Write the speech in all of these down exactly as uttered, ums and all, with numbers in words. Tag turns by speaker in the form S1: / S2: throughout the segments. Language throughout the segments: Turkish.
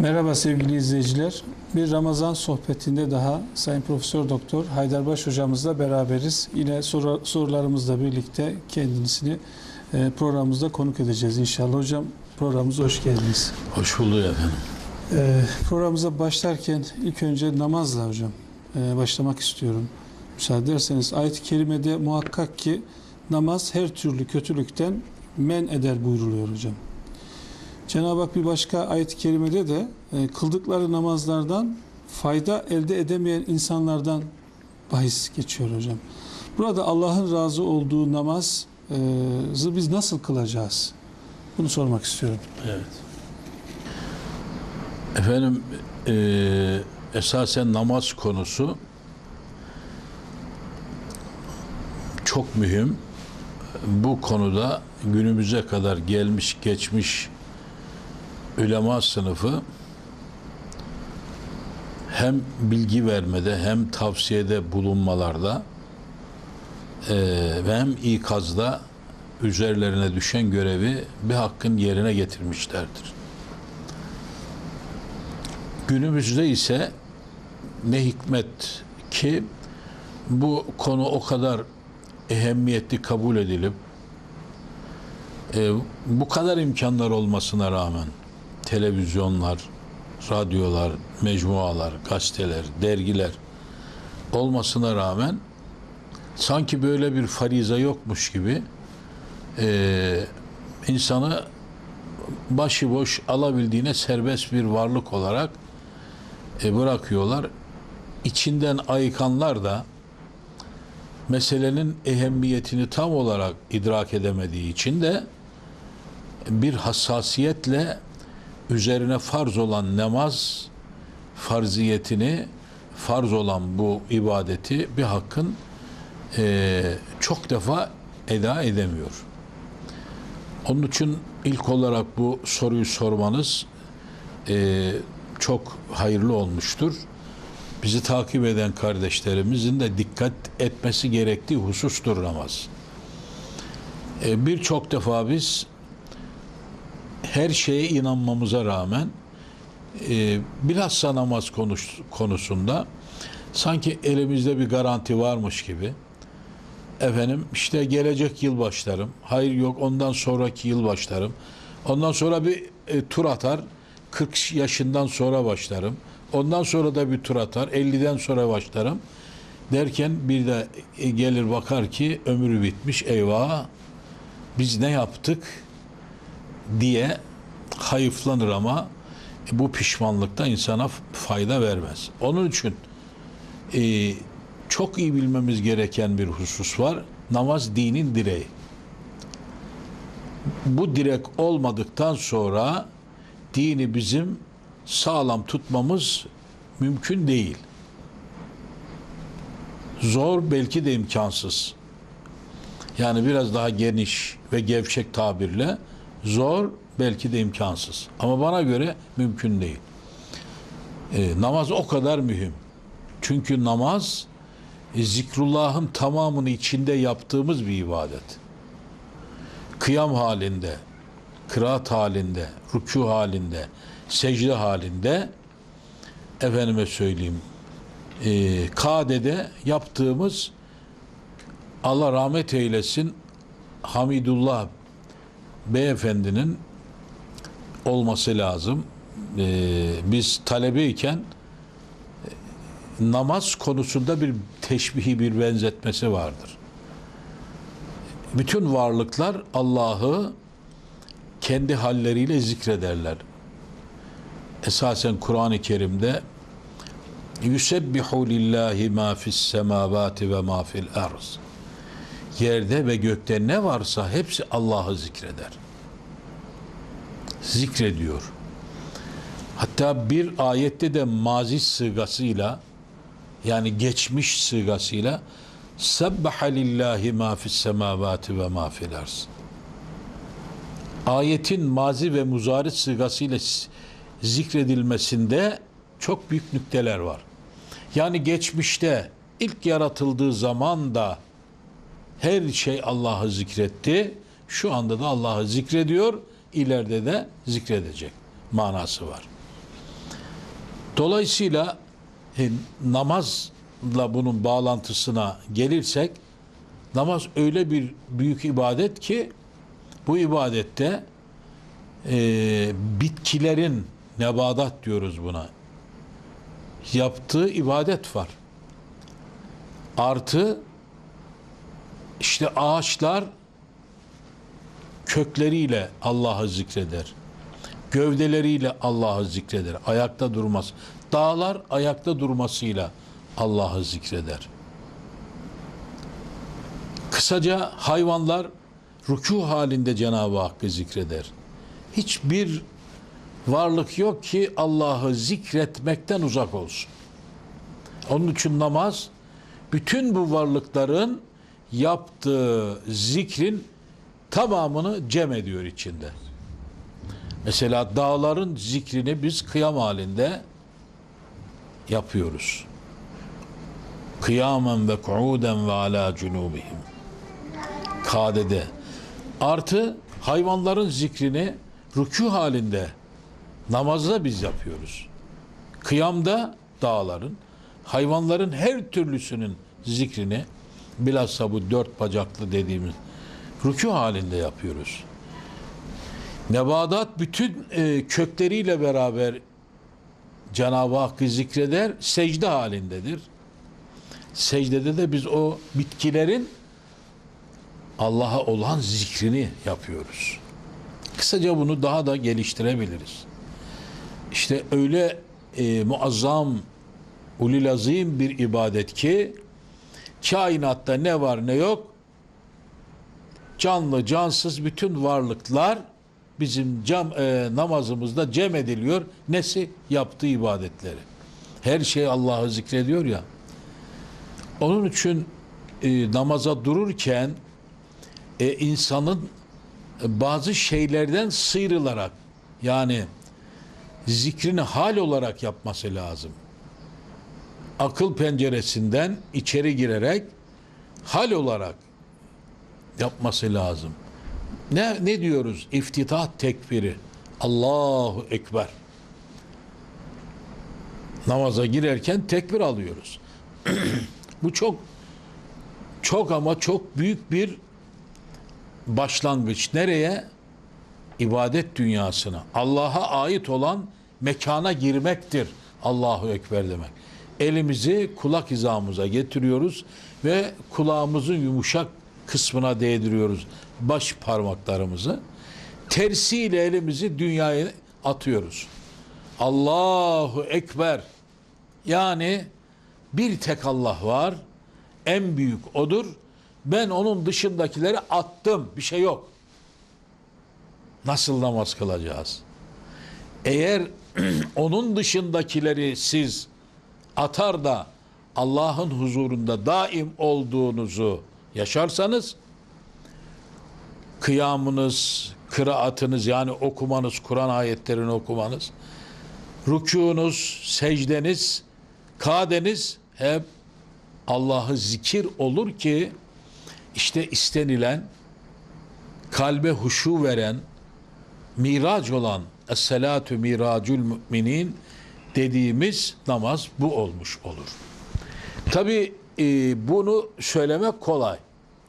S1: Merhaba sevgili izleyiciler. Bir Ramazan sohbetinde daha Sayın Profesör Doktor Haydarbaş hocamızla beraberiz. Yine soru, sorularımızla birlikte kendisini e, programımızda konuk edeceğiz inşallah. Hocam programımıza hoş geldiniz.
S2: Hoş bulduk efendim.
S1: E, programımıza başlarken ilk önce namazla hocam e, başlamak istiyorum. Müsaade ederseniz ayet-i kerimede muhakkak ki namaz her türlü kötülükten men eder buyruluyor hocam. Cenab-ı Hak bir başka ayet-i kerimede de e, kıldıkları namazlardan fayda elde edemeyen insanlardan bahis geçiyor hocam. Burada Allah'ın razı olduğu namazı biz nasıl kılacağız? Bunu sormak istiyorum.
S2: Evet. Efendim e, esasen namaz konusu çok mühim. Bu konuda günümüze kadar gelmiş geçmiş ulema sınıfı hem bilgi vermede hem tavsiyede bulunmalarda e, ve hem ikazda üzerlerine düşen görevi bir hakkın yerine getirmişlerdir. Günümüzde ise ne hikmet ki bu konu o kadar ehemmiyetli kabul edilip e, bu kadar imkanlar olmasına rağmen televizyonlar, radyolar, mecmualar, gazeteler, dergiler olmasına rağmen sanki böyle bir fariza yokmuş gibi e, insanı başıboş alabildiğine serbest bir varlık olarak e, bırakıyorlar. İçinden ayıkanlar da meselenin ehemmiyetini tam olarak idrak edemediği için de bir hassasiyetle üzerine farz olan namaz farziyetini, farz olan bu ibadeti bir hakkın e, çok defa eda edemiyor. Onun için ilk olarak bu soruyu sormanız e, çok hayırlı olmuştur. Bizi takip eden kardeşlerimizin de dikkat etmesi gerektiği husustur namaz. E, Birçok defa biz her şeye inanmamıza rağmen e, bilhassa namaz konuş, konusunda sanki elimizde bir garanti varmış gibi efendim işte gelecek yıl başlarım, hayır yok ondan sonraki yıl başlarım, ondan sonra bir e, tur atar, kırk yaşından sonra başlarım, ondan sonra da bir tur atar, elliden sonra başlarım derken bir de e, gelir bakar ki ömrü bitmiş, eyvah biz ne yaptık diye hayıflanır ama bu pişmanlıkta insana fayda vermez. Onun için e, çok iyi bilmemiz gereken bir husus var. Namaz dinin direği. Bu direk olmadıktan sonra dini bizim sağlam tutmamız mümkün değil. Zor, belki de imkansız. Yani biraz daha geniş ve gevşek tabirle zor, belki de imkansız. Ama bana göre mümkün değil. E, namaz o kadar mühim. Çünkü namaz e, zikrullahın tamamını içinde yaptığımız bir ibadet. Kıyam halinde, kıraat halinde, rükû halinde, secde halinde, efendime söyleyeyim, e, kadede yaptığımız, Allah rahmet eylesin, Hamidullah Beyefendinin olması lazım. Ee, biz talebeyken namaz konusunda bir teşbihi, bir benzetmesi vardır. Bütün varlıklar Allah'ı kendi halleriyle zikrederler. Esasen Kur'an-ı Kerim'de yusebbihu lillahi ma fis semavati ve ma fil arz. Yerde ve gökte ne varsa hepsi Allah'ı zikreder. Zikrediyor. Hatta bir ayette de mazi sıgasıyla, yani geçmiş sıgasıyla sebbaha lillahi ma fis semavati ve ma fil arz. Ayetin mazi ve muzari sıgasıyla zikredilmesinde çok büyük nükteler var. Yani geçmişte ilk yaratıldığı zaman da her şey Allah'ı zikretti. Şu anda da Allah'ı zikrediyor. İleride de zikredecek manası var. Dolayısıyla e, namazla bunun bağlantısına gelirsek, namaz öyle bir büyük ibadet ki bu ibadette e, bitkilerin, nebadat diyoruz buna, yaptığı ibadet var. Artı işte ağaçlar kökleriyle Allah'ı zikreder. Gövdeleriyle Allah'ı zikreder. Ayakta durmaz. Dağlar ayakta durmasıyla Allah'ı zikreder. Kısaca hayvanlar rükû halinde Cenab-ı Hakk'ı zikreder. Hiçbir varlık yok ki Allah'ı zikretmekten uzak olsun. Onun için namaz bütün bu varlıkların yaptığı zikrin tamamını cem ediyor içinde. Mesela dağların zikrini biz kıyam halinde yapıyoruz. Kıyamen ve kuuden ve ala cunubihim. Kadede. Artı hayvanların zikrini rükû halinde namazda biz yapıyoruz. Kıyamda dağların, hayvanların her türlüsünün zikrini bilhassa bu dört bacaklı dediğimiz rükû halinde yapıyoruz. Nebadat bütün e, kökleriyle beraber Cenab-ı Hakk'ı zikreder, secde halindedir. Secdede de biz o bitkilerin Allah'a olan zikrini yapıyoruz. Kısaca bunu daha da geliştirebiliriz. İşte öyle e, muazzam, ulilazim bir ibadet ki kainatta ne var ne yok, canlı cansız bütün varlıklar bizim cam, e, namazımızda cem ediliyor. Nesi? Yaptığı ibadetleri. Her şey Allah'ı zikrediyor ya. Onun için e, namaza dururken e, insanın e, bazı şeylerden sıyrılarak, yani zikrini hal olarak yapması lazım. Akıl penceresinden içeri girerek hal olarak yapması lazım. Ne, ne diyoruz? İftitah tekbiri. Allahu Ekber. Namaza girerken tekbir alıyoruz. Bu çok çok ama çok büyük bir başlangıç. Nereye? İbadet dünyasına. Allah'a ait olan mekana girmektir Allahu Ekber demek. Elimizi kulak hizamıza getiriyoruz ve kulağımızın yumuşak kısmına değdiriyoruz baş parmaklarımızı. Tersiyle elimizi dünyaya atıyoruz. Allahu Ekber. Yani bir tek Allah var. En büyük odur. Ben onun dışındakileri attım. Bir şey yok. Nasıl namaz kılacağız? Eğer onun dışındakileri siz atar da Allah'ın huzurunda daim olduğunuzu yaşarsanız, kıyamınız, kıraatınız yani okumanız, Kur'an ayetlerini okumanız, rükûnuz, secdeniz, kadeniz hep Allah'ı zikir olur ki işte istenilen, kalbe huşu veren, mirac olan es-selatu miracul müminin dediğimiz namaz bu olmuş olur. Tabi e, bunu söylemek kolay.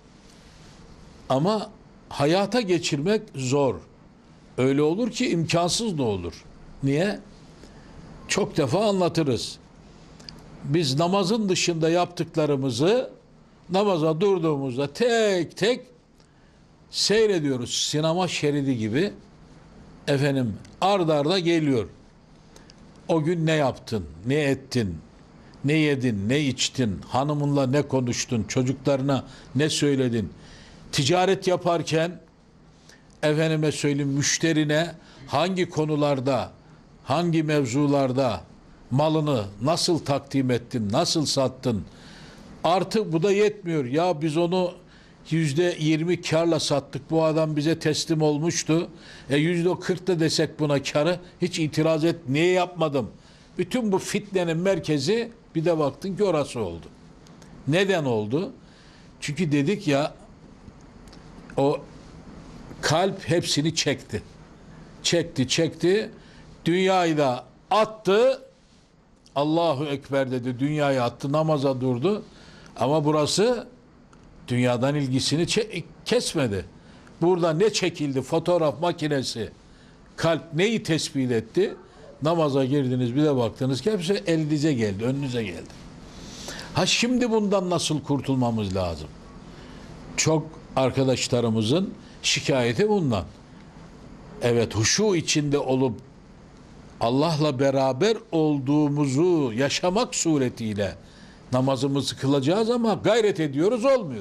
S2: Ama hayata geçirmek zor. Öyle olur ki imkansız da olur. Niye? Çok defa anlatırız. Biz namazın dışında yaptıklarımızı namaza durduğumuzda tek tek seyrediyoruz. Sinema şeridi gibi efendim ard arda geliyor. O gün ne yaptın, ne ettin, ne yedin, ne içtin, hanımınla ne konuştun, çocuklarına ne söyledin, ticaret yaparken efendime söyleyeyim müşterine hangi konularda, hangi mevzularda malını nasıl takdim ettin, nasıl sattın. Artık bu da yetmiyor. Ya biz onu yüzde yirmi karla sattık. Bu adam bize teslim olmuştu. E yüzde kırk da desek buna karı hiç itiraz et. Niye yapmadım? Bütün bu fitnenin merkezi bir de baktın ki orası oldu. Neden oldu? Çünkü dedik ya o kalp hepsini çekti. Çekti, çekti. Dünyayı da attı. Allahu Ekber dedi, dünyayı attı, namaza durdu. Ama burası dünyadan ilgisini kesmedi. Burada ne çekildi? Fotoğraf makinesi, kalp neyi tespit etti? Namaza girdiniz, bir de baktınız ki hepsi elinize geldi, önünüze geldi. Ha şimdi bundan nasıl kurtulmamız lazım? Çok arkadaşlarımızın şikayeti bundan. Evet, huşu içinde olup Allah'la beraber olduğumuzu yaşamak suretiyle namazımızı kılacağız ama gayret ediyoruz, olmuyor.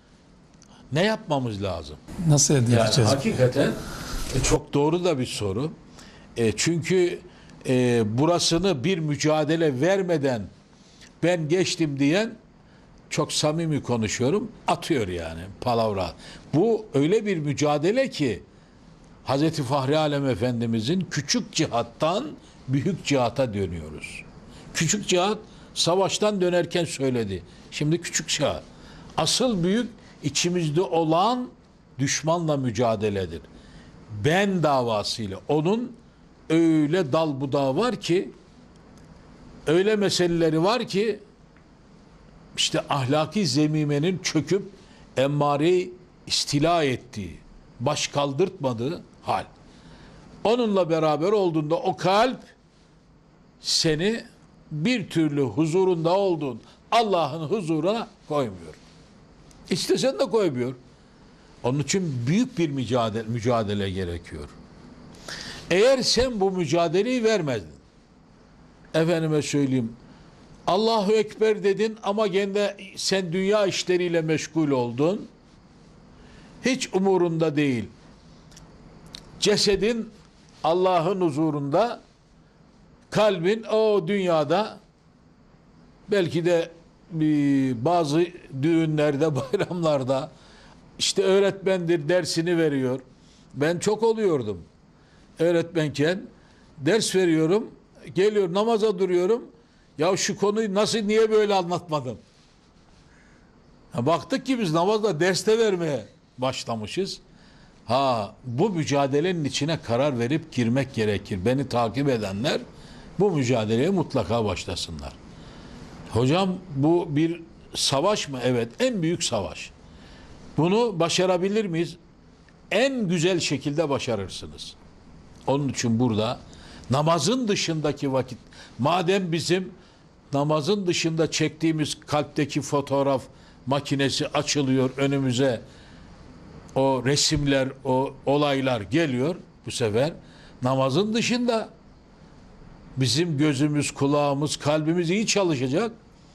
S2: Ne yapmamız lazım?
S1: Nasıl elde
S2: Yani
S1: edeceğiz?
S2: hakikaten e, çok doğru da bir soru. E, çünkü e, burasını bir mücadele vermeden ben geçtim diyen, çok samimi konuşuyorum, atıyor yani palavra. Bu öyle bir mücadele ki Hazreti Fahri Alem Efendimizin küçük cihattan büyük cihata dönüyoruz. Küçük cihat savaştan dönerken söyledi. Şimdi küçük cihat. Asıl büyük içimizde olan düşmanla mücadeledir. Ben davasıyla. Onun öyle dal budağı var ki, öyle meseleleri var ki, işte ahlaki zemimenin çöküp emmareyi istila ettiği, baş kaldırtmadığı hal. Onunla beraber olduğunda o kalp seni bir türlü huzurunda olduğun Allah'ın huzuruna koymuyor. İstesen de koymuyor. Onun için büyük bir mücadele, mücadele gerekiyor. Eğer sen bu mücadeleyi vermezdin, efendime söyleyeyim, Allahu Ekber dedin ama gene sen dünya işleriyle meşgul oldun, hiç umurunda değil. Cesedin Allah'ın huzurunda, kalbin o dünyada, belki de bazı düğünlerde, bayramlarda işte öğretmendir, dersini veriyor. Ben çok oluyordum. Öğretmenken ders veriyorum, geliyor namaza duruyorum. Ya şu konuyu nasıl, niye böyle anlatmadım? Ha, baktık ki biz namazda derste vermeye başlamışız. Ha, bu mücadelenin içine karar verip girmek gerekir. Beni takip edenler bu mücadeleye mutlaka başlasınlar. Hocam bu bir savaş mı? Evet, en büyük savaş. Bunu başarabilir miyiz? En güzel şekilde başarırsınız. Onun için burada namazın dışındaki vakit, madem bizim namazın dışında çektiğimiz kalpteki fotoğraf makinesi açılıyor önümüze, o resimler, o olaylar geliyor, bu sefer namazın dışında bizim gözümüz, kulağımız, kalbimiz iyi çalışacak.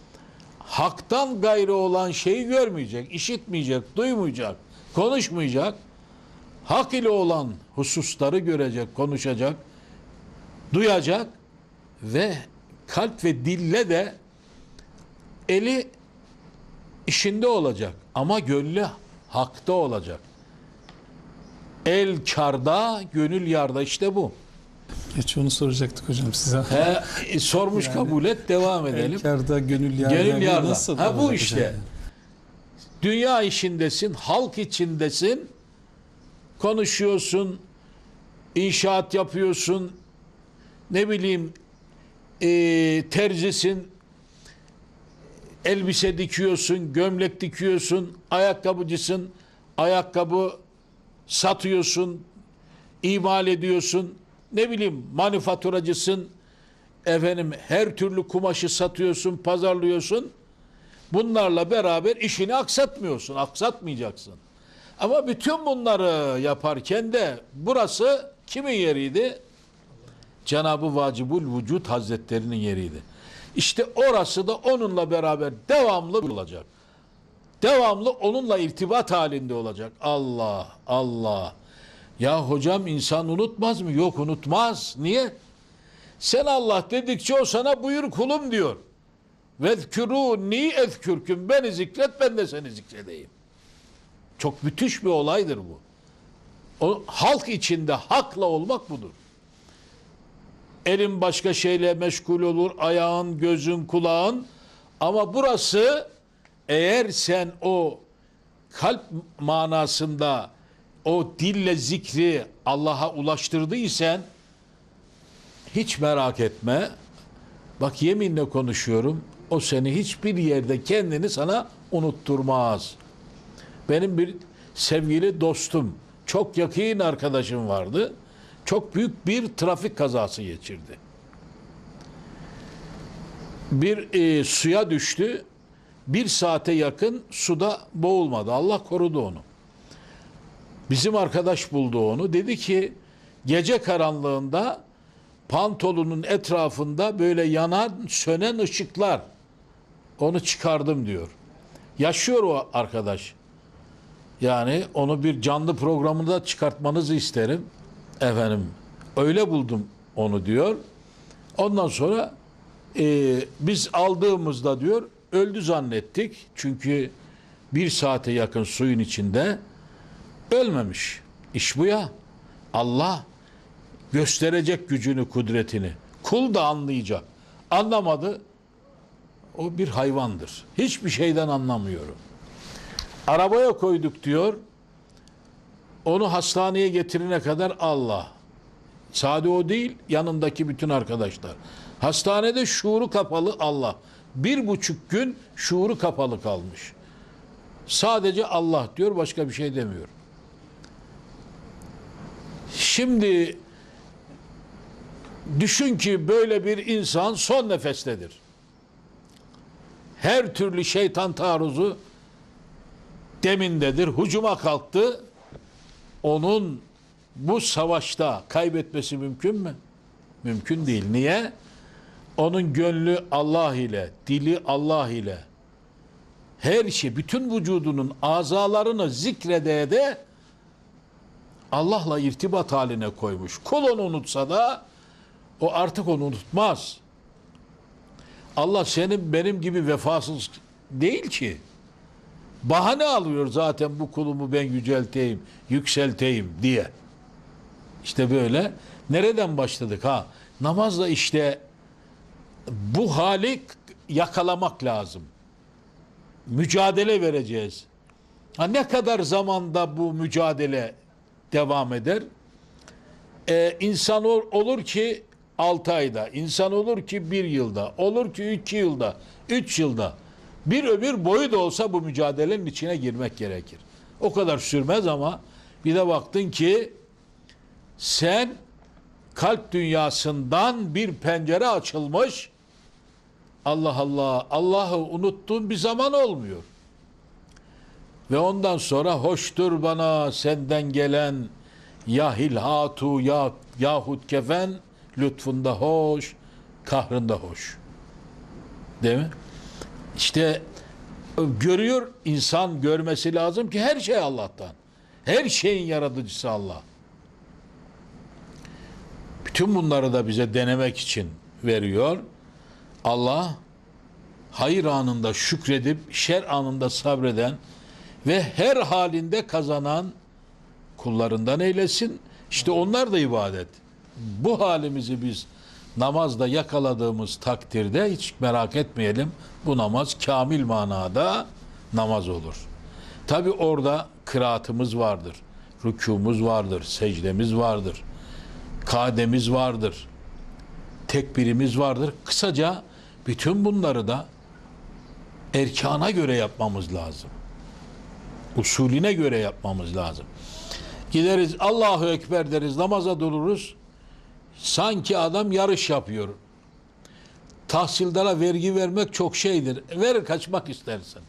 S2: Haktan gayrı olan şeyi görmeyecek, işitmeyecek, duymayacak, konuşmayacak. Hak ile olan hususları görecek, konuşacak, duyacak ve kalp ve dille de eli işinde olacak ama gönlü hakta olacak. El kârda, gönül yarda, işte bu.
S1: Geç onu soracaktık hocam size.
S2: He, e, sormuş
S1: Yani,
S2: kabul et, devam edelim.
S1: El kârda, gönül yarda.
S2: Gönül yarda.
S1: Nasıl
S2: Ha bu
S1: olacak
S2: işte.
S1: hocam?
S2: Dünya işindesin, halk içindesin, konuşuyorsun, inşaat yapıyorsun, ne bileyim e, terzisin, elbise dikiyorsun, gömlek dikiyorsun, ayakkabıcısın, ayakkabı satıyorsun, imal ediyorsun, ne bileyim manifaturacısın, efendim her türlü kumaşı satıyorsun, pazarlıyorsun. Bunlarla beraber işini aksatmıyorsun, aksatmayacaksın. Ama bütün bunları yaparken de burası kimin yeriydi? Cenab-ı Vacibul Vücud Hazretlerinin yeriydi. İşte orası da onunla beraber devamlı olacak. Devamlı onunla irtibat halinde olacak. Allah, Allah. Ya hocam insan unutmaz mı? Yok, unutmaz. Niye? Sen Allah dedikçe o sana buyur kulum diyor. Vezkürûni ezkürküm. Beni zikret, ben de seni zikredeyim. Çok müthiş bir olaydır bu. O, halk içinde hakla olmak budur. Elin başka şeyle meşgul olur, ayağın, gözün, kulağın. Ama burası, eğer sen o kalp manasında o dille zikri Allah'a ulaştırdıysan, hiç merak etme. Bak yeminle konuşuyorum. O seni hiçbir yerde kendini sana unutturmaz. Benim bir sevgili dostum, çok yakın arkadaşım vardı. Çok büyük bir trafik kazası geçirdi. Bir e, suya düştü. Bir saate yakın suda boğulmadı. Allah korudu onu. Bizim arkadaş buldu onu. Dedi ki gece karanlığında pantolonun etrafında böyle yanan, sönen ışıklar. Onu çıkardım diyor. Yaşıyor o arkadaş. Yani onu bir canlı programında çıkartmanızı isterim. Efendim öyle buldum onu diyor. Ondan sonra e, biz aldığımızda diyor öldü zannettik. Çünkü bir saate yakın suyun içinde ölmemiş. İş bu ya. Allah gösterecek gücünü, kudretini. Kul da anlayacak. Anlamadı. O bir hayvandır. Hiçbir şeyden anlamıyorum. Arabaya koyduk diyor. Onu hastaneye getirene kadar Allah. Sade o değil, yanındaki bütün arkadaşlar. Hastanede şuuru kapalı Allah. Bir buçuk gün şuuru kapalı kalmış. Sadece Allah diyor, başka bir şey demiyor. Şimdi düşün ki böyle bir insan son nefestedir. Her türlü şeytan taarruzu demindedir. Hucuma kalktı. Onun bu savaşta kaybetmesi mümkün mü? Mümkün değil. Niye? Onun gönlü Allah ile, dili Allah ile, her şey, bütün vücudunun azalarını zikrede de Allah'la irtibat haline koymuş. Kul onu unutsa da o artık onu unutmaz. Allah senin benim gibi vefasız değil ki. Bahane alıyor zaten bu kulumu ben yücelteyim, yükselteyim diye. İşte böyle. Nereden başladık ha? Namazla işte bu hali yakalamak lazım. Mücadele vereceğiz. Ha, ne kadar zamanda bu mücadele devam eder? Ee, insan ol, olur ki altı ayda, insan olur ki bir yılda, olur ki iki yılda, üç yılda. Bir ömür boyu da olsa bu mücadelenin içine girmek gerekir. O kadar sürmez ama bir de baktın ki sen kalp dünyasından bir pencere açılmış. Allah Allah, Allah'ı unuttuğun bir zaman olmuyor. Ve ondan sonra hoştur bana senden gelen ya hilhatu ya yahut kefen lütfunda hoş, kahrında hoş. Değil mi? İşte görüyor, insan görmesi lazım ki her şey Allah'tan. Her şeyin yaratıcısı Allah. Bütün bunları da bize denemek için veriyor. Allah hayır anında şükredip şer anında sabreden ve her halinde kazanan kullarından eylesin. İşte onlar da ibadet. Bu halimizi biz namazda yakaladığımız takdirde hiç merak etmeyelim. Bu namaz kamil manada namaz olur. Tabi orada kıraatımız vardır. Rükûmuz vardır. Secdemiz vardır. Kademiz vardır. Tekbirimiz vardır. Kısaca bütün bunları da erkana göre yapmamız lazım. Usulüne göre yapmamız lazım. Gideriz Allahu Ekber deriz, namaza dururuz. Sanki adam yarış yapıyor. Tahsildara vergi vermek çok şeydir. Verir kaçmak istersin.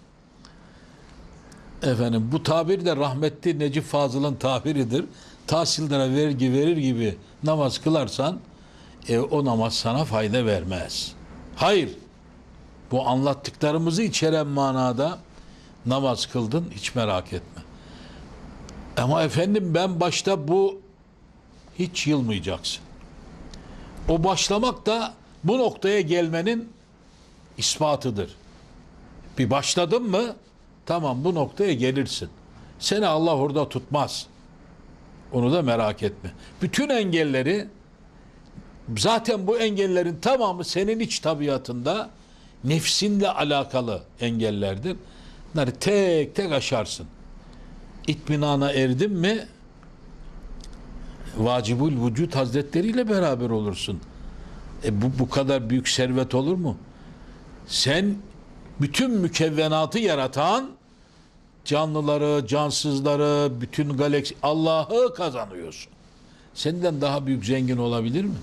S2: Efendim bu tabir de rahmetli Necip Fazıl'ın tabiridir. Tahsildara vergi verir gibi namaz kılarsan e, o namaz sana fayda vermez. Hayır. Bu anlattıklarımızı içeren manada namaz kıldın hiç merak etme. Ama efendim ben başta bu hiç yılmayacaksın. O başlamak da bu noktaya gelmenin ispatıdır. Bir başladın mı tamam bu noktaya gelirsin. Seni Allah orada tutmaz. Onu da merak etme. Bütün engelleri zaten bu engellerin tamamı senin iç tabiatında nefsinle alakalı engellerdir. Bunları tek tek aşarsın. İtminana erdin mi Vacibul Vücud Hazretleriyle beraber olursun. E bu, bu kadar büyük servet olur mu? Sen bütün mükevvenatı yaratan, canlıları, cansızları, bütün galaksi, Allah'ı kazanıyorsun. Senden daha büyük zengin olabilir mi?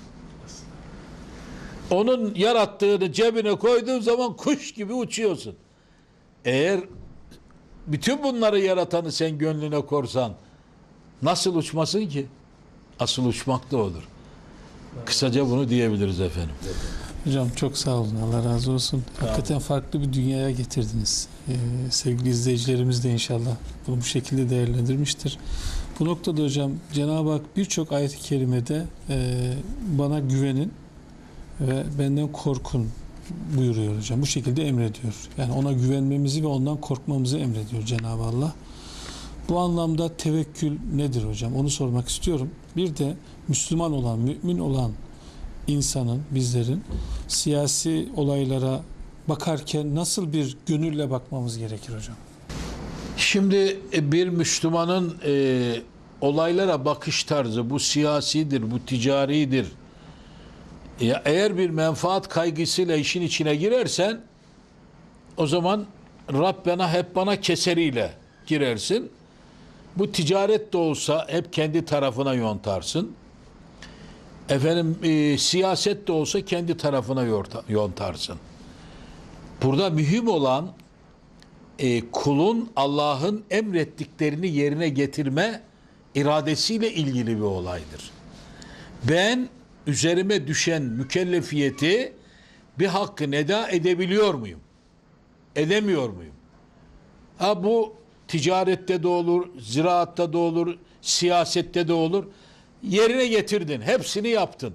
S2: Onun yarattığını cebine koyduğun zaman kuş gibi uçuyorsun. Eğer bütün bunları yaratanı sen gönlüne korsan nasıl uçmasın ki? Asıl uçmak da olur. Kısaca bunu diyebiliriz efendim.
S1: Hocam çok sağ olun. Allah razı olsun. Hakikaten farklı bir dünyaya getirdiniz. Ee, sevgili izleyicilerimiz de inşallah bunu bu şekilde değerlendirmiştir. Bu noktada hocam Cenab-ı Hak birçok ayet-i kerimede e, bana güvenin ve benden korkun buyuruyor hocam. Bu şekilde emrediyor. Yani ona güvenmemizi ve ondan korkmamızı emrediyor Cenab-ı Allah. Bu anlamda tevekkül nedir hocam? Onu sormak istiyorum. Bir de Müslüman olan, mümin olan insanın, bizlerin siyasi olaylara bakarken nasıl bir gönülle bakmamız gerekir hocam?
S2: Şimdi bir Müslümanın e, olaylara bakış tarzı, bu siyasidir, bu ticaridir. Ya eğer bir menfaat kaygısıyla işin içine girersen, o zaman Rabbena hep bana keseriyle girersin. Bu ticaret de olsa hep kendi tarafına yontarsın. Efendim e, siyaset de olsa kendi tarafına yorta, yontarsın. Burada mühim olan e, kulun Allah'ın emrettiklerini yerine getirme iradesiyle ilgili bir olaydır. Ben üzerime düşen mükellefiyeti bir hakkın eda edebiliyor muyum? Edemiyor muyum? Ha bu ticarette de olur, ziraatta da olur, siyasette de olur. Yerine getirdin, hepsini yaptın.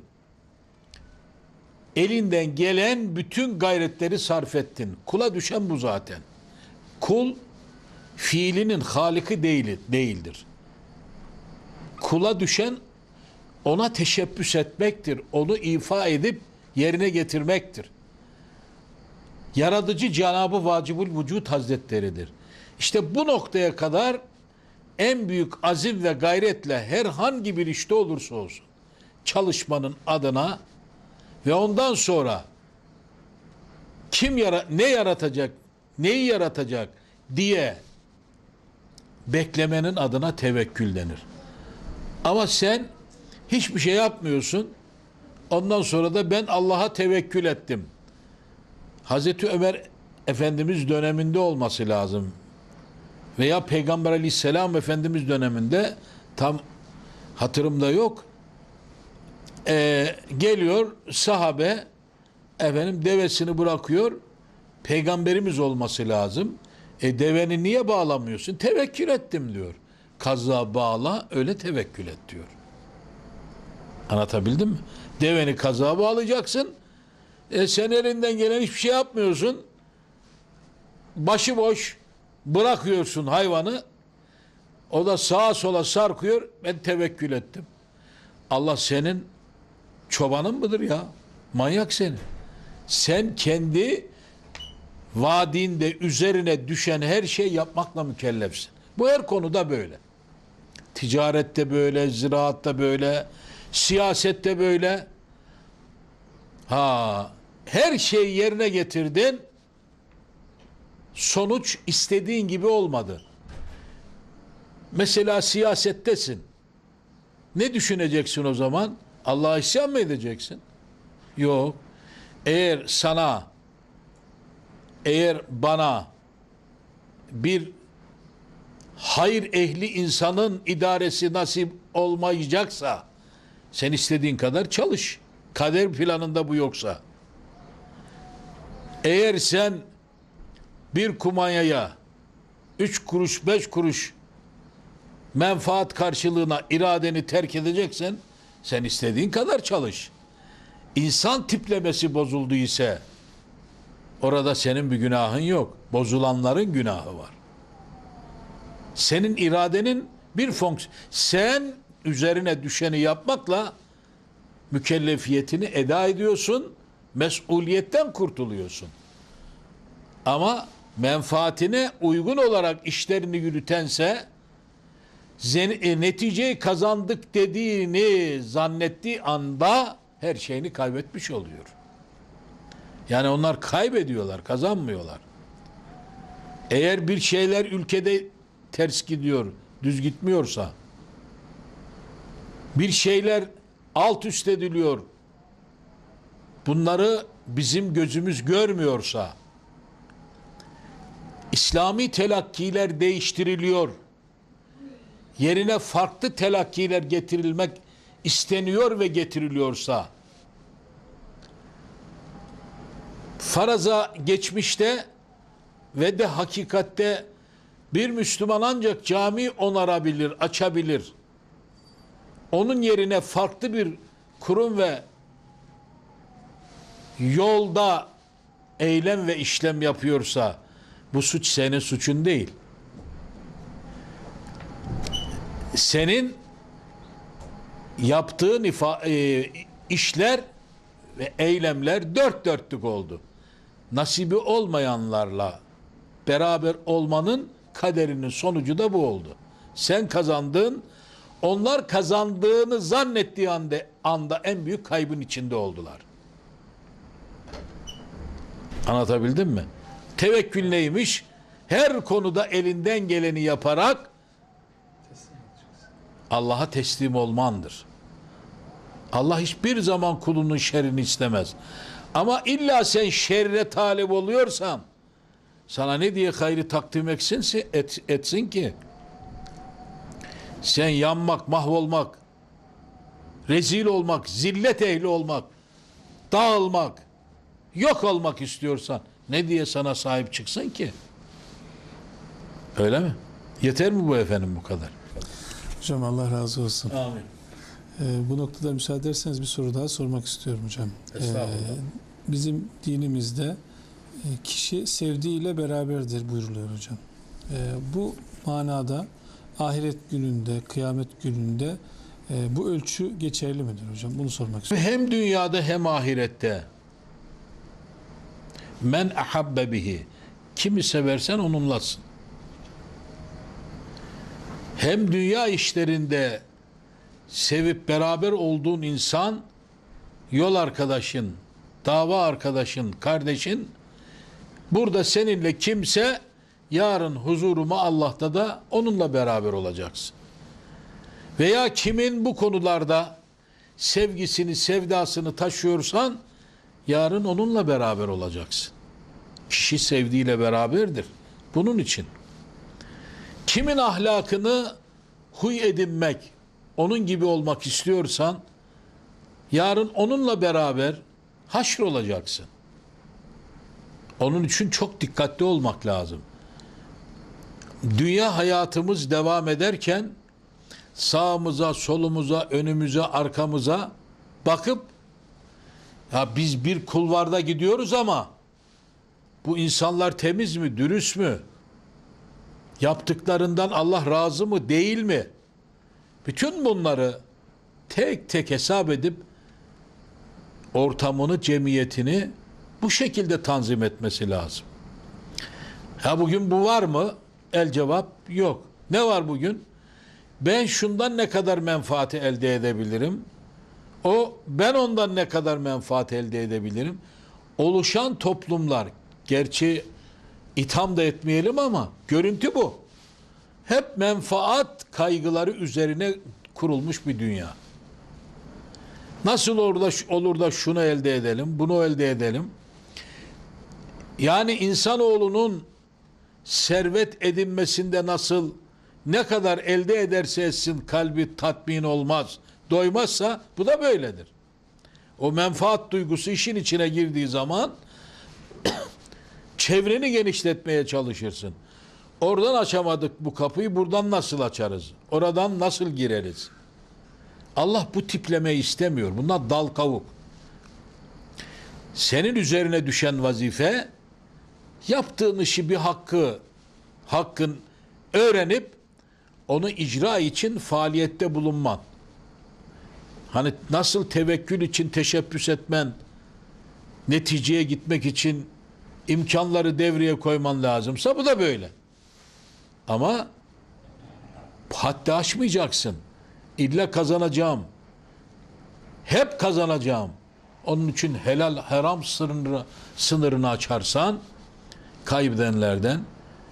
S2: Elinden gelen bütün gayretleri sarf ettin. Kula düşen bu zaten. Kul fiilinin haliki değil, değildir. Kula düşen ona teşebbüs etmektir. Onu ifa edip yerine getirmektir. Yaratıcı Cenab-ı Vacibül Vücud Hazretleridir. İşte bu noktaya kadar en büyük azim ve gayretle herhangi bir işte olursa olsun çalışmanın adına ve ondan sonra kim yara ne yaratacak, neyi yaratacak diye beklemenin adına tevekkül denir. Ama sen hiçbir şey yapmıyorsun. Ondan sonra da ben Allah'a tevekkül ettim. Hazreti Ömer Efendimiz döneminde olması lazım. Veya Peygamber Aleyhisselam Efendimiz döneminde, tam hatırımda yok. Ee, geliyor sahabe, efendim devesini bırakıyor. Peygamberimiz olması lazım. E deveni niye bağlamıyorsun? Tevekkül ettim diyor. Kazığa bağla, öyle tevekkül et diyor. Anlatabildim mi? Deveni kazığa bağlayacaksın. E sen elinden gelen hiçbir şey yapmıyorsun. Başıboş bırakıyorsun hayvanı. O da sağa sola sarkıyor. Ben tevekkül ettim. Allah senin çobanın mıdır ya? Manyak seni. Sen kendi vaadinde üzerine düşen her şey yapmakla mükellefsin. Bu her konuda böyle. Ticarette böyle, ziraatta böyle, siyasette böyle. Ha, her şeyi yerine getirdin. Sonuç istediğin gibi olmadı. Mesela siyasettesin. Ne düşüneceksin o zaman? Allah'a isyan mı edeceksin? Yok. Eğer sana, eğer bana bir hayır ehli insanın idaresi nasip olmayacaksa, sen istediğin kadar çalış. Kader planında bu yoksa. Eğer sen bir kumanyaya üç kuruş, beş kuruş menfaat karşılığına iradeni terk edeceksen, sen istediğin kadar çalış. İnsan tiplemesi bozuldu ise orada senin bir günahın yok. Bozulanların günahı var. Senin iradenin bir fonksiyon. Sen üzerine düşeni yapmakla mükellefiyetini eda ediyorsun. Mesuliyetten kurtuluyorsun. Ama menfaatine uygun olarak işlerini yürütense, neticeyi kazandık dediğini zannettiği anda her şeyini kaybetmiş oluyor. Yani onlar kaybediyorlar, kazanmıyorlar. Eğer bir şeyler ülkede ters gidiyor, düz gitmiyorsa, bir şeyler alt üst ediliyor, bunları bizim gözümüz görmüyorsa, İslami telakkiler değiştiriliyor, yerine farklı telakkiler getirilmek isteniyor ve getiriliyorsa, faraza geçmişte ve de hakikatte bir Müslüman ancak cami onarabilir, açabilir. Onun yerine farklı bir kurum ve yolda eylem ve işlem yapıyorsa bu suç senin suçun değil. Senin yaptığın ifa, e, işler ve eylemler dört dörtlük oldu. Nasibi olmayanlarla beraber olmanın kaderinin sonucu da bu oldu. Sen kazandın, onlar kazandığını zannettiği anda, anda en büyük kaybın içinde oldular. Anlatabildim mi? Tevekkül neymiş? Her konuda elinden geleni yaparak Allah'a teslim olmandır. Allah hiçbir zaman kulunun şerrini istemez. Ama illa sen şerre talip oluyorsan sana ne diye hayrı takdim etsin, et, etsin ki? Sen yanmak, mahvolmak, rezil olmak, zillet ehli olmak, dağılmak, yok olmak istiyorsan ne diye sana sahip çıksın ki? Öyle mi? Yeter mi bu efendim bu kadar?
S1: Hocam Allah razı olsun.
S2: Amin.
S1: Ee, bu noktada müsaade ederseniz bir soru daha sormak istiyorum hocam.
S2: Estağfurullah.
S1: Ee, bizim dinimizde e, kişi sevdiğiyle beraberdir buyuruluyor hocam. Ee, bu manada ahiret gününde, kıyamet gününde e, bu ölçü geçerli midir hocam? Bunu sormak istiyorum.
S2: Hem dünyada hem ahirette men ahabbe bihi, kimi seversen onunlasın. Hem dünya işlerinde sevip beraber olduğun insan, yol arkadaşın, dava arkadaşın, kardeşin, burada seninle kimse, yarın huzuruma Allah'ta da onunla beraber olacaksın. Veya kimin bu konularda sevgisini, sevdasını taşıyorsan, yarın onunla beraber olacaksın. Kişi sevdiğiyle beraberdir. Bunun için. Kimin ahlakını huy edinmek, onun gibi olmak istiyorsan, yarın onunla beraber haşr olacaksın. Onun için çok dikkatli olmak lazım. Dünya hayatımız devam ederken, sağımıza, solumuza, önümüze, arkamıza bakıp, ya biz bir kulvarda gidiyoruz ama bu insanlar temiz mi, dürüst mü? Yaptıklarından Allah razı mı, değil mi? Bütün bunları tek tek hesap edip ortamını, cemiyetini bu şekilde tanzim etmesi lazım. Ha bugün bu var mı? El cevap yok. Ne var bugün? Ben şundan ne kadar menfaati elde edebilirim? O ben ondan ne kadar menfaat elde edebilirim? Oluşan toplumlar, gerçi itham da etmeyelim ama görüntü bu. Hep menfaat kaygıları üzerine kurulmuş bir dünya. Nasıl orada olur da şunu elde edelim, bunu elde edelim? Yani insanoğlunun servet edinmesinde nasıl ne kadar elde ederse etsin kalbi tatmin olmaz, doymazsa bu da böyledir. O menfaat duygusu işin içine girdiği zaman çevreni genişletmeye çalışırsın. Oradan açamadık bu kapıyı, buradan nasıl açarız? Oradan nasıl gireriz? Allah bu tiplemeyi istemiyor. Bunlar dal kavuk. Senin üzerine düşen vazife, yaptığın işi bir hakkı, hakkın öğrenip onu icra için faaliyette bulunman. Hani nasıl tevekkül için teşebbüs etmen, neticeye gitmek için imkanları devreye koyman lazımsa bu da böyle. Ama haddi aşmayacaksın. İlla kazanacağım. Hep kazanacağım. Onun için helal haram sınırını, sınırını açarsan kaybedenlerden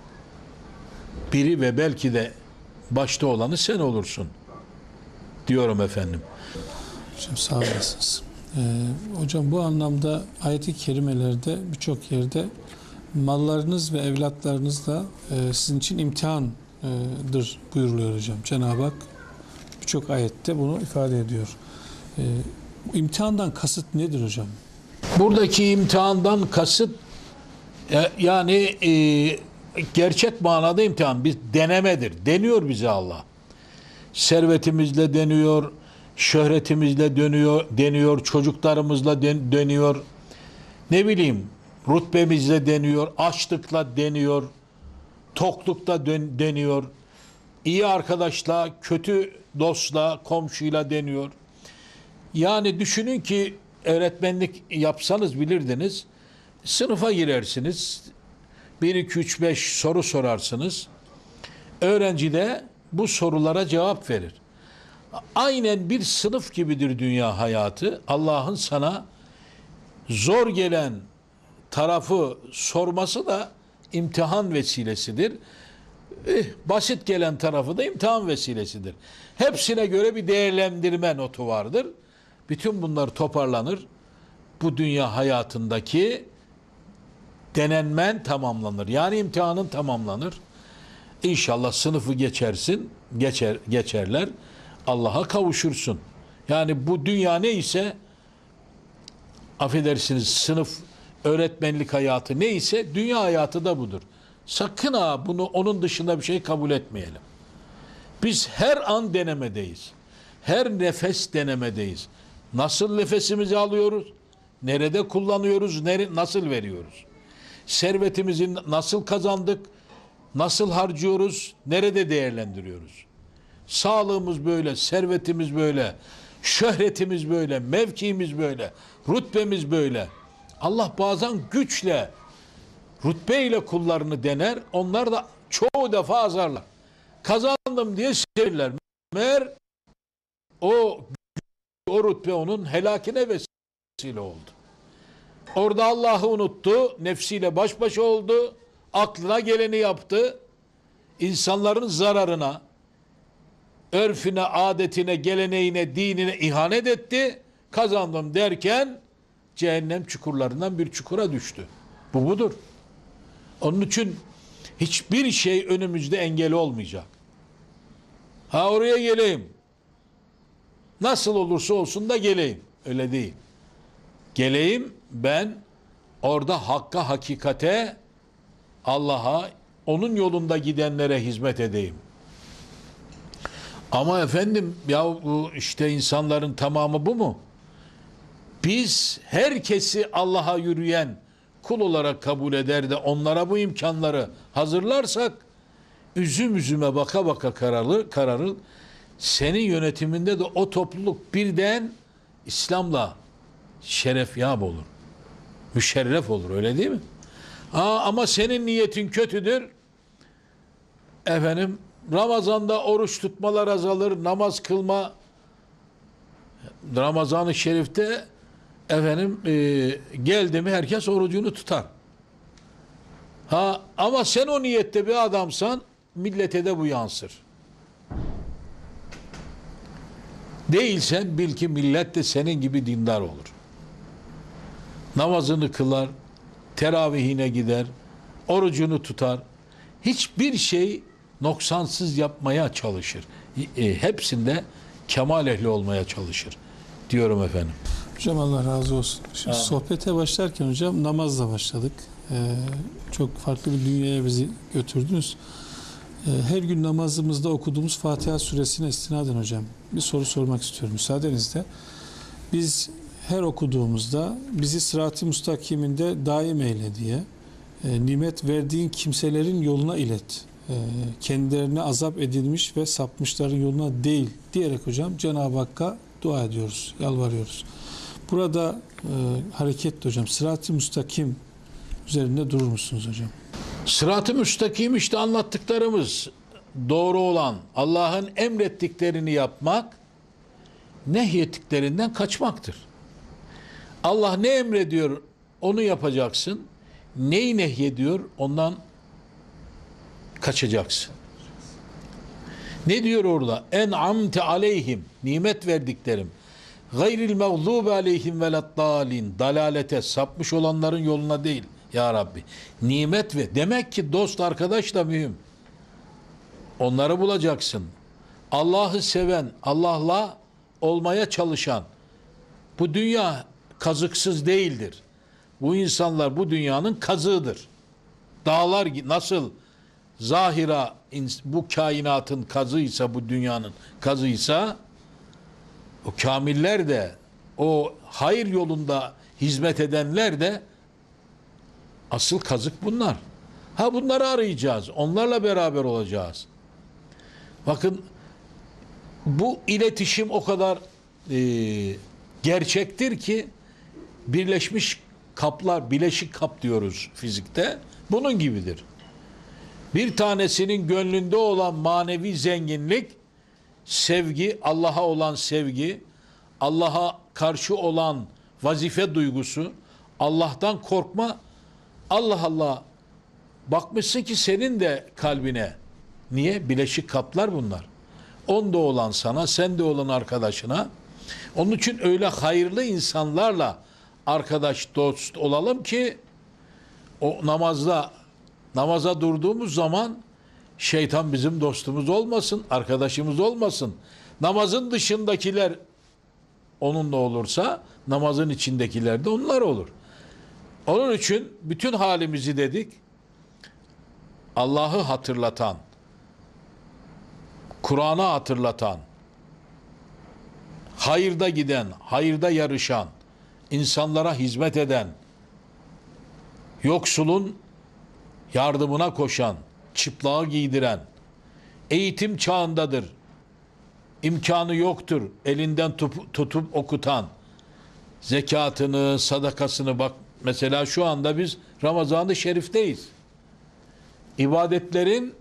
S2: biri ve belki de başta olanı sen olursun diyorum efendim.
S1: Hocam sağ olasınız. Ee, hocam bu anlamda ayet-i kerimelerde birçok yerde mallarınız ve evlatlarınız da e, sizin için imtihandır buyuruluyor hocam. Cenab-ı Hak birçok ayette bunu ifade ediyor. E, imtihandan kasıt nedir hocam?
S2: Buradaki imtihandan kasıt e, yani e, gerçek manada imtihan bir denemedir. Deniyor bize Allah. Servetimizle deniyor, şöhretimizle dönüyor, deniyor, çocuklarımızla den, deniyor. Ne bileyim, rütbemizle deniyor, açlıkla deniyor, toklukla dön, deniyor. İyi arkadaşla, kötü dostla, komşuyla deniyor. Yani düşünün ki öğretmenlik yapsanız bilirdiniz. Sınıfa girersiniz. bir, iki, üç, beş soru sorarsınız. Öğrenci de bu sorulara cevap verir. Aynen bir sınıf gibidir dünya hayatı. Allah'ın sana zor gelen tarafı sorması da imtihan vesilesidir. Eh, basit gelen tarafı da imtihan vesilesidir. Hepsine göre bir değerlendirme notu vardır. Bütün bunlar toparlanır. Bu dünya hayatındaki denenmen tamamlanır. Yani imtihanın tamamlanır. İnşallah sınıfı geçersin, geçer geçerler. Allah'a kavuşursun. Yani bu dünya neyse, affedersiniz, sınıf öğretmenlik hayatı neyse dünya hayatı da budur. Sakın ha bunu onun dışında bir şey kabul etmeyelim. Biz her an denemedeyiz. Her nefes denemedeyiz. Nasıl nefesimizi alıyoruz? Nerede kullanıyoruz? Nere, nasıl veriyoruz? Servetimizi nasıl kazandık? Nasıl harcıyoruz? Nerede değerlendiriyoruz? Sağlığımız böyle, servetimiz böyle, şöhretimiz böyle, mevkiimiz böyle, rütbemiz böyle. Allah bazen güçle, rütbeyle kullarını dener. Onlar da çoğu defa azarlar. Kazandım diye sevinirler. Meğer o, o rütbe onun helakine vesile oldu. Orada Allah'ı unuttu, nefsiyle baş başa oldu, aklına geleni yaptı, insanların zararına, örfüne, adetine, geleneğine, dinine ihanet etti, kazandım derken cehennem çukurlarından bir çukura düştü. Bu budur. Onun için hiçbir şey önümüzde engel olmayacak. Ha oraya geleyim. Nasıl olursa olsun da geleyim. Öyle değil. Geleyim ben orada hakka, hakikate, Allah'a, onun yolunda gidenlere hizmet edeyim. Ama efendim ya bu işte insanların tamamı bu mu? Biz herkesi Allah'a yürüyen kul olarak kabul eder de onlara bu imkanları hazırlarsak üzüm üzüme baka baka kararır, kararır. Senin yönetiminde de o topluluk birden İslam'la şerefyab olur. Müşerref olur, öyle değil mi? Aa, ama senin niyetin kötüdür. Efendim Ramazan'da oruç tutmalar azalır, namaz kılma. Ramazan-ı Şerif'te efendim e, geldi mi herkes orucunu tutar. Ha ama sen o niyette bir adamsan millete de bu yansır. Değilsen bil ki millet de senin gibi dindar olur. Namazını kılar, teravihine gider, orucunu tutar. Hiçbir şey noksansız yapmaya çalışır. E, hepsinde kemal ehli olmaya çalışır diyorum efendim.
S1: Hocam Allah razı olsun. Şimdi
S2: Amin.
S1: sohbete başlarken hocam namazla başladık. Ee, çok farklı bir dünyaya bizi götürdünüz. Ee, her gün namazımızda okuduğumuz Fatiha suresine istinaden hocam bir soru sormak istiyorum müsaadenizle. Biz her okuduğumuzda bizi sırat-ı müstakiminde daim eyle diye e, nimet verdiğin kimselerin yoluna ilet. E, kendilerine azap edilmiş ve sapmışların yoluna değil diyerek hocam Cenab-ı Hakk'a dua ediyoruz, yalvarıyoruz. Burada e, hareketli hocam sırat-ı müstakim üzerinde durur musunuz hocam?
S2: Sırat-ı müstakim işte anlattıklarımız doğru olan Allah'ın emrettiklerini yapmak, nehyettiklerinden kaçmaktır. Allah ne emrediyor onu yapacaksın. Neyi nehyediyor ondan kaçacaksın. Ne diyor orada? En'amte aleyhim, nimet verdiklerim. Gayril mağzube aleyhim veleddalin, dalalete, sapmış olanların yoluna değil ya Rabbi. Nimet ve demek ki dost arkadaş da mühim. Onları bulacaksın. Allah'ı seven, Allah'la olmaya çalışan, bu dünya kazıksız değildir. Bu insanlar bu dünyanın kazığıdır. Dağlar nasıl zahira bu kainatın kazıysa, bu dünyanın kazıysa, o kamiller de, o hayır yolunda hizmet edenler de asıl kazık bunlar. Ha bunları arayacağız. Onlarla beraber olacağız. Bakın bu iletişim o kadar e, gerçektir ki birleşmiş kaplar, bileşik kap diyoruz fizikte. Bunun gibidir. Bir tanesinin gönlünde olan manevi zenginlik, sevgi, Allah'a olan sevgi, Allah'a karşı olan vazife duygusu, Allah'tan korkma. Allah Allah, bakmışsın ki senin de kalbine. Niye? Bileşik kaplar bunlar. Onda olan sana, sende olan arkadaşına. Onun için öyle hayırlı insanlarla arkadaş, dost olalım ki o namazda, namaza durduğumuz zaman şeytan bizim dostumuz olmasın, arkadaşımız olmasın. Namazın dışındakiler onunla olursa namazın içindekiler de onlar olur. Onun için bütün halimizi dedik, Allah'ı hatırlatan, Kur'an'ı hatırlatan, hayırda giden, hayırda yarışan, insanlara hizmet eden, yoksulun yardımına koşan, çıplağı giydiren, eğitim çağındadır, imkanı yoktur, elinden tutup, tutup okutan, zekatını, sadakasını, bak mesela şu anda biz Ramazan-ı Şerif'teyiz. İbadetlerin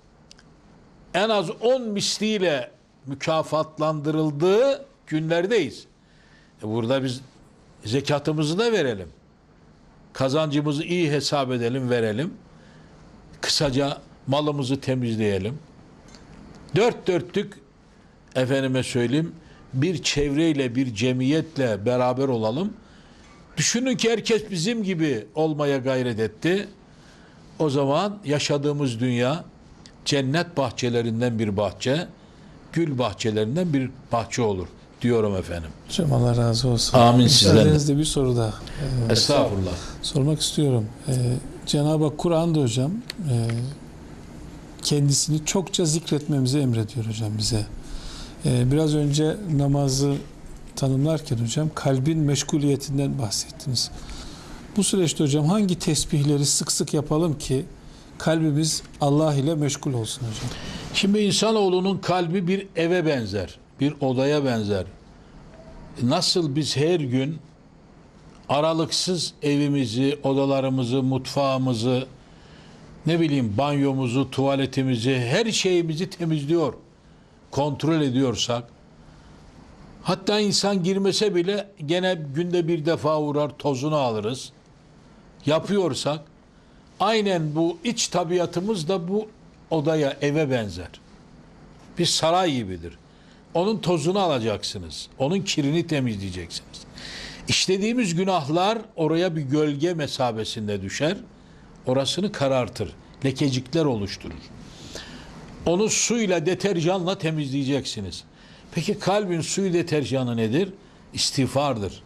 S2: en az on misliyle mükafatlandırıldığı günlerdeyiz. E burada biz zekatımızı da verelim. Kazancımızı iyi hesap edelim, verelim. Kısaca malımızı temizleyelim. Dört dörtlük efendime söyleyeyim bir çevreyle, bir cemiyetle beraber olalım. Düşünün ki herkes bizim gibi olmaya gayret etti. O zaman yaşadığımız dünya cennet bahçelerinden bir bahçe, gül bahçelerinden bir bahçe olur diyorum efendim.
S1: Hocam Allah razı olsun.
S2: Amin sizden.
S1: Müsaadenizle bir soru daha e,
S2: Estağfurullah.
S1: sormak istiyorum. E, Cenab-ı Hak Kur'an'da hocam e, kendisini çokça zikretmemizi emrediyor hocam bize. E, biraz önce namazı tanımlarken hocam kalbin meşguliyetinden bahsettiniz. Bu süreçte hocam hangi tesbihleri sık sık yapalım ki kalbimiz Allah ile meşgul olsun hocam?
S2: Şimdi insanoğlunun kalbi bir eve benzer, bir odaya benzer. Nasıl biz her gün aralıksız evimizi, odalarımızı, mutfağımızı, ne bileyim banyomuzu, tuvaletimizi, her şeyimizi temizliyor, kontrol ediyorsak, hatta insan girmese bile gene günde bir defa uğrar, tozunu alırız, yapıyorsak, aynen bu iç tabiatımız da bu odaya, eve benzer. Bir saray gibidir. Onun tozunu alacaksınız. Onun kirini temizleyeceksiniz. İşlediğimiz günahlar oraya bir gölge mesabesinde düşer. Orasını karartır. Lekecikler oluşturur. Onu suyla, deterjanla temizleyeceksiniz. Peki kalbin suyu deterjanı nedir? İstiğfardır.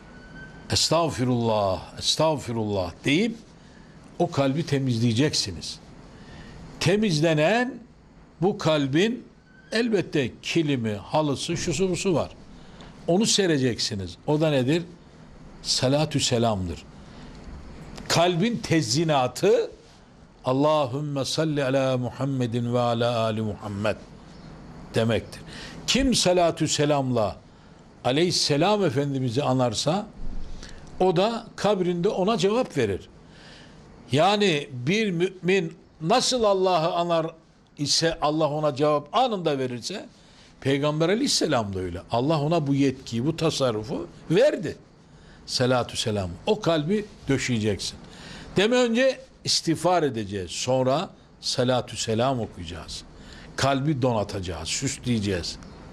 S2: Estağfirullah, estağfirullah deyip o kalbi temizleyeceksiniz. Temizlenen bu kalbin elbette kilimi, halısı, şusu busu var. Onu sereceksiniz. O da nedir? Salatü selamdır. Kalbin tezzinatı Allahümme salli ala Muhammedin ve ala ali Muhammed demektir. Kim salatü selamla aleyhisselam Efendimiz'i anarsa o da kabrinde ona cevap verir. Yani bir mümin nasıl Allah'ı anar ise Allah ona cevap anında verirse Peygamber Aleyhisselam da öyle. Allah ona bu yetkiyi, bu tasarrufu verdi. Selatü selam. O kalbi döşeyeceksin. Deme önce istiğfar edeceğiz. Sonra selatü selam okuyacağız. Kalbi donatacağız, süsleyeceğiz.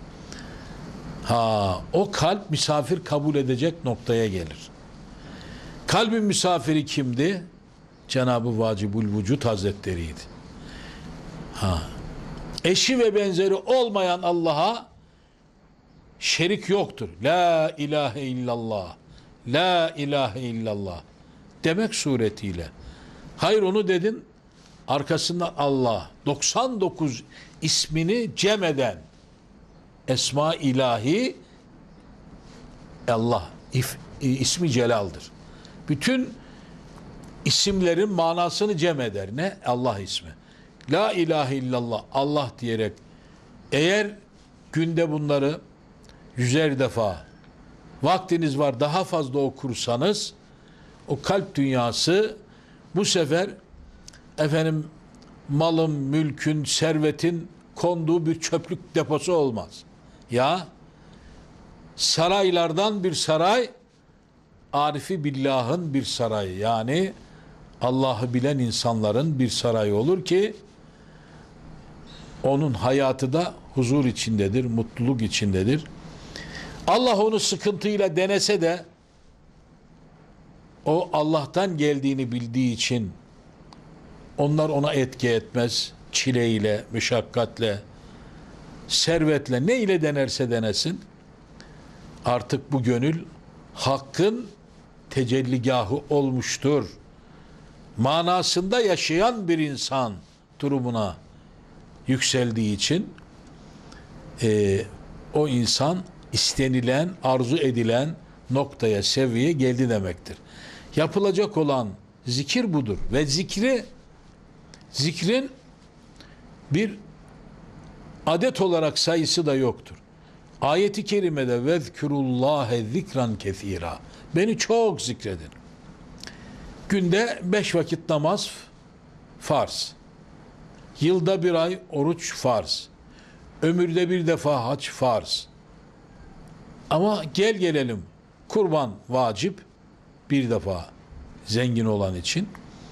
S2: Ha, o kalp misafir kabul edecek noktaya gelir. Kalbin misafiri kimdi? Cenab-ı Vacibül Vücud Hazretleri'ydi. Ha. Eşi ve benzeri olmayan Allah'a şerik yoktur. La ilahe illallah. La ilahe illallah. Demek suretiyle. Hayır onu dedin, arkasından Allah. doksan dokuz ismini cem eden Esma ilahi Allah if, ismi celaldir. Bütün isimlerin manasını cem eder. Ne? Allah ismi. La ilahe illallah Allah diyerek eğer günde bunları yüzer defa vaktiniz var daha fazla okursanız o kalp dünyası bu sefer efendim malın, mülkün, servetin konduğu bir çöplük deposu olmaz. Ya saraylardan bir saray, Arifi Billah'ın bir sarayı, yani Allah'ı bilen insanların bir sarayı olur ki onun hayatı da huzur içindedir, mutluluk içindedir. Allah onu sıkıntıyla denese de o Allah'tan geldiğini bildiği için onlar ona etki etmez. Çileyle, müşakkatle, servetle, ne ile denerse denesin. Artık bu gönül hakkın tecelligahı olmuştur. Manasında yaşayan bir insan durumuna yükseldiği için e, o insan istenilen, arzu edilen noktaya, seviyeye geldi demektir. Yapılacak olan zikir budur. Ve zikri, zikrin bir adet olarak sayısı da yoktur. Ayet-i kerimede vezkurullâhe zikran kethîrâ. Beni çok zikredin. Günde beş vakit namaz farz. Yılda bir ay oruç farz. Ömürde bir defa hac farz. Ama gel gelelim kurban vacip bir defa zengin olan için.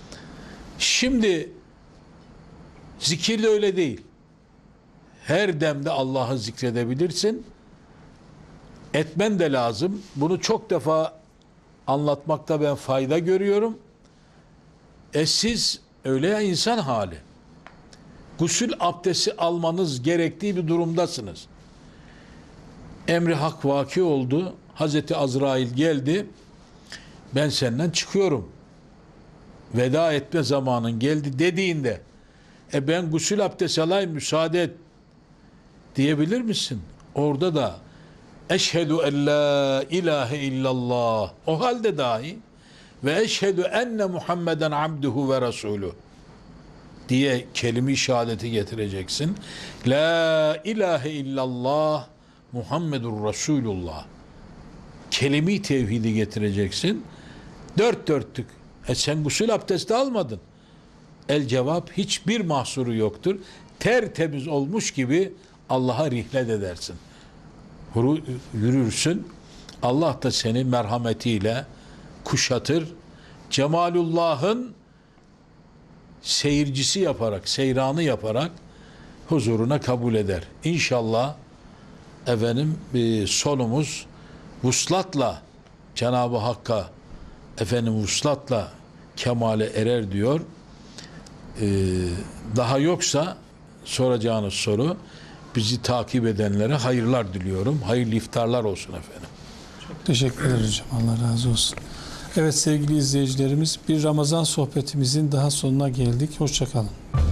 S2: Şimdi zikir de öyle değil. Her demde Allah'ı zikredebilirsin. Etmen de lazım. Bunu çok defa anlatmakta ben fayda görüyorum. E siz öyle ya insan hali. Gusül abdesti almanız gerektiği bir durumdasınız. Emri hak vaki oldu. Hazreti Azrail geldi. Ben senden çıkıyorum. Veda etme zamanın geldi dediğinde e ben gusül abdesti alayım müsaade et diyebilir misin? Orada da eşhedü en la ilahe illallah o halde dahi ve eşhedü enne Muhammeden abduhu ve resulü diye kelime-i şehadeti getireceksin. La ilahe illallah Muhammedur Resulullah kelime-i tevhidi getireceksin. Dört dörtlük. E sen gusül abdesti almadın. El cevap hiçbir mahsuru yoktur. Tertemiz olmuş gibi Allah'a rihlet edersin. Yürürsün. Allah da seni merhametiyle kuşatır. Cemalullah'ın seyircisi yaparak, seyranı yaparak huzuruna kabul eder. İnşallah efendim e, sonumuz vuslatla Cenab-ı Hakk'a efendim vuslatla kemale erer diyor. Ee, daha yoksa soracağınız soru bizi takip edenlere hayırlar diliyorum. Hayırlı iftarlar olsun efendim.
S1: Çok teşekkür ederim hocam. Allah razı olsun. Evet sevgili izleyicilerimiz bir Ramazan sohbetimizin daha sonuna geldik. Hoşça kalın.